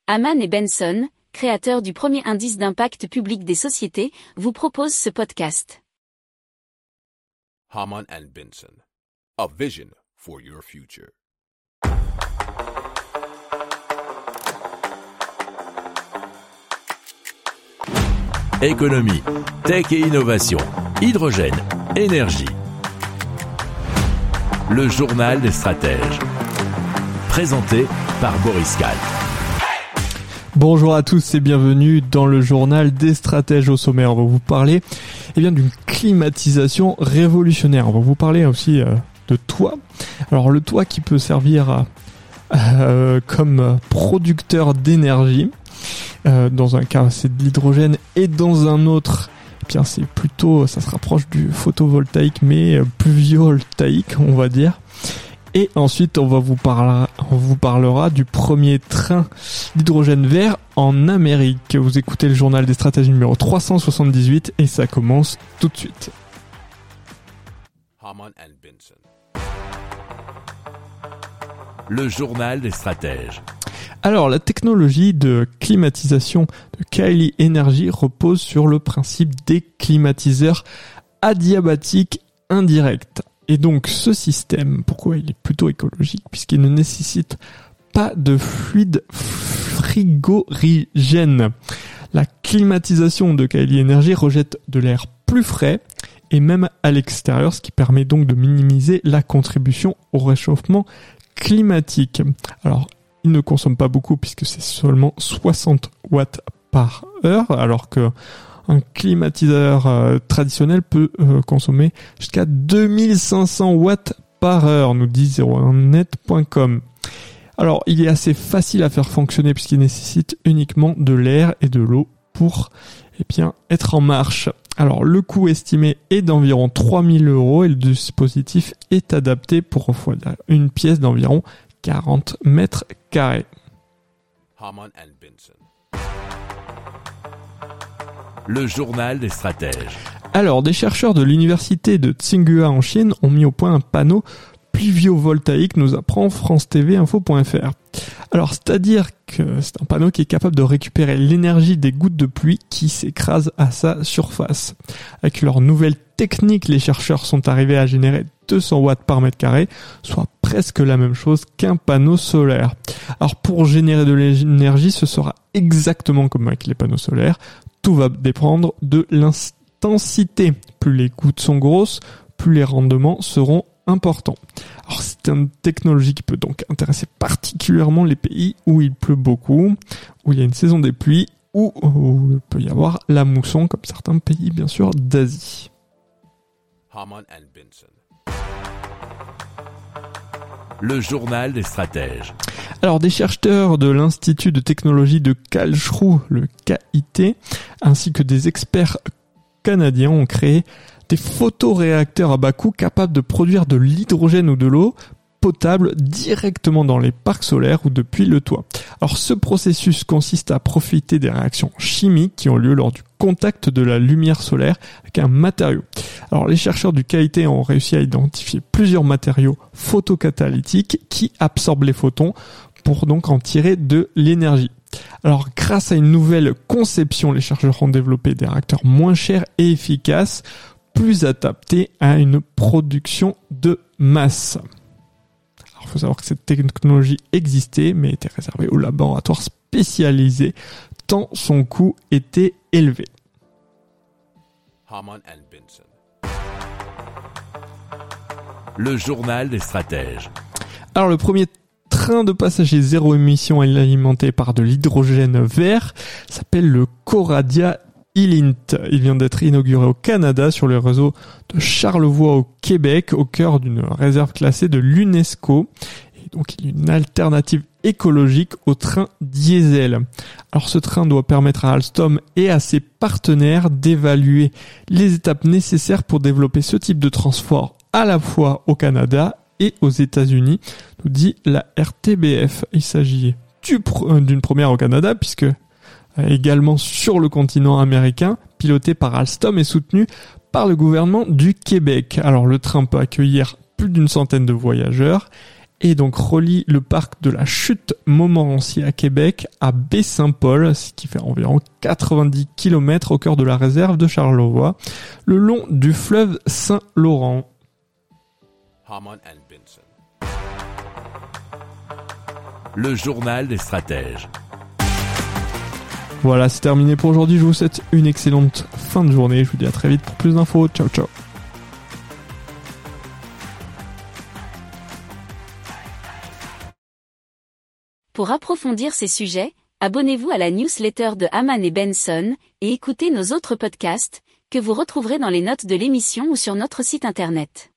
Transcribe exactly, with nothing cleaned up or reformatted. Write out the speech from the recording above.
Hamann et Benson, créateurs du premier indice d'impact public des sociétés, vous proposent ce podcast. Hamann and Benson, a vision for your future. Économie, tech et innovation, hydrogène, énergie. Le journal des stratèges. Présenté par Boris Kahl. Bonjour à tous et bienvenue dans le journal des stratèges. Au sommaire, on va vous parler eh bien, d'une climatisation révolutionnaire. On va vous parler aussi euh, de toit. Alors le toit qui peut servir euh, comme producteur d'énergie. Euh, dans un cas, c'est de l'hydrogène et dans un autre, eh bien, c'est plutôt, ça se rapproche du photovoltaïque, mais pluviovoltaïque, on va dire. Et ensuite, on va vous parler, on vous parlera du premier train d'hydrogène vert en Amérique. Vous écoutez le journal des stratèges numéro trois cent soixante-dix-huit et ça commence tout de suite. Hamann and Benson. Le journal des stratèges. Alors, la technologie de climatisation de Kaili Energy repose sur le principe des climatiseurs adiabatiques indirects. Et donc, ce système, pourquoi il est plutôt écologique? Puisqu'il ne nécessite pas de fluide frigorigène. La climatisation de Kaili Energy rejette de l'air plus frais et même à l'extérieur, ce qui permet donc de minimiser la contribution au réchauffement climatique. Alors, il ne consomme pas beaucoup puisque c'est seulement soixante watts par heure, alors que un climatiseur euh, traditionnel peut euh, consommer jusqu'à deux mille cinq cents watts par heure, nous dit zéro un net point com. Alors, il est assez facile à faire fonctionner puisqu'il nécessite uniquement de l'air et de l'eau pour eh bien, être en marche. Alors, le coût estimé est d'environ trois mille euros et le dispositif est adapté pour refroidir une pièce d'environ quarante mètres carrés. Hamann and Benson. Le journal des stratèges. Alors, des chercheurs de l'université de Tsinghua en Chine ont mis au point un panneau pluviovoltaïque, nous apprend France T V info point F R. Alors, c'est-à-dire que c'est un panneau qui est capable de récupérer l'énergie des gouttes de pluie qui s'écrasent à sa surface. Avec leur nouvelle technique, les chercheurs sont arrivés à générer deux cents watts par mètre carré, soit presque la même chose qu'un panneau solaire. Alors, pour générer de l'énergie, ce sera exactement comme avec les panneaux solaires. Tout va dépendre de l'intensité. Plus les gouttes sont grosses, plus les rendements seront importants. Alors c'est une technologie qui peut donc intéresser particulièrement les pays où il pleut beaucoup, où il y a une saison des pluies, où, où il peut y avoir la mousson, comme certains pays bien sûr d'Asie. Hamann and Benson. Le journal des stratèges. Alors, des chercheurs de l'Institut de technologie de Karlsruhe, le K I T, ainsi que des experts canadiens ont créé des photoréacteurs à bas coût capables de produire de l'hydrogène ou de l'eau potable directement dans les parcs solaires ou depuis le toit. Alors, ce processus consiste à profiter des réactions chimiques qui ont lieu lors du contact de la lumière solaire avec un matériau. Alors, les chercheurs du K I T ont réussi à identifier plusieurs matériaux photocatalytiques qui absorbent les photons pour donc en tirer de l'énergie. Alors, grâce à une nouvelle conception, les chercheurs ont développé des réacteurs moins chers et efficaces, plus adaptés à une production de masse. Alors, il faut savoir que cette technologie existait, mais était réservée aux laboratoires spécialisés, tant son coût était élevé. Hamann and Benson. Le journal des stratèges. Alors, le premier train de passagers zéro émission alimenté par de l'hydrogène vert s'appelle le Coradia Ilint. Il vient d'être inauguré au Canada sur le réseau de Charlevoix au Québec, au cœur d'une réserve classée de l'UNESCO. Et donc il y a une alternative écologique au train diesel. Alors ce train doit permettre à Alstom et à ses partenaires d'évaluer les étapes nécessaires pour développer ce type de transport à la fois au Canada et aux États-Unis, nous dit la R T B F. Il s'agit du pr- d'une première au Canada, puisque euh, également sur le continent américain, piloté par Alstom et soutenu par le gouvernement du Québec. Alors le train peut accueillir plus d'une centaine de voyageurs et donc relie le parc de la Chute Montmorency à Québec à Baie-Saint-Paul, ce qui fait environ quatre-vingt-dix kilomètres au cœur de la réserve de Charlevoix, le long du fleuve Saint-Laurent. Harman and Benson. Le journal des stratèges. Voilà, c'est terminé pour aujourd'hui. Je vous souhaite une excellente fin de journée. Je vous dis à très vite pour plus d'infos. Ciao, ciao. Pour approfondir ces sujets, abonnez-vous à la newsletter de Harman et Benson et écoutez nos autres podcasts que vous retrouverez dans les notes de l'émission ou sur notre site internet.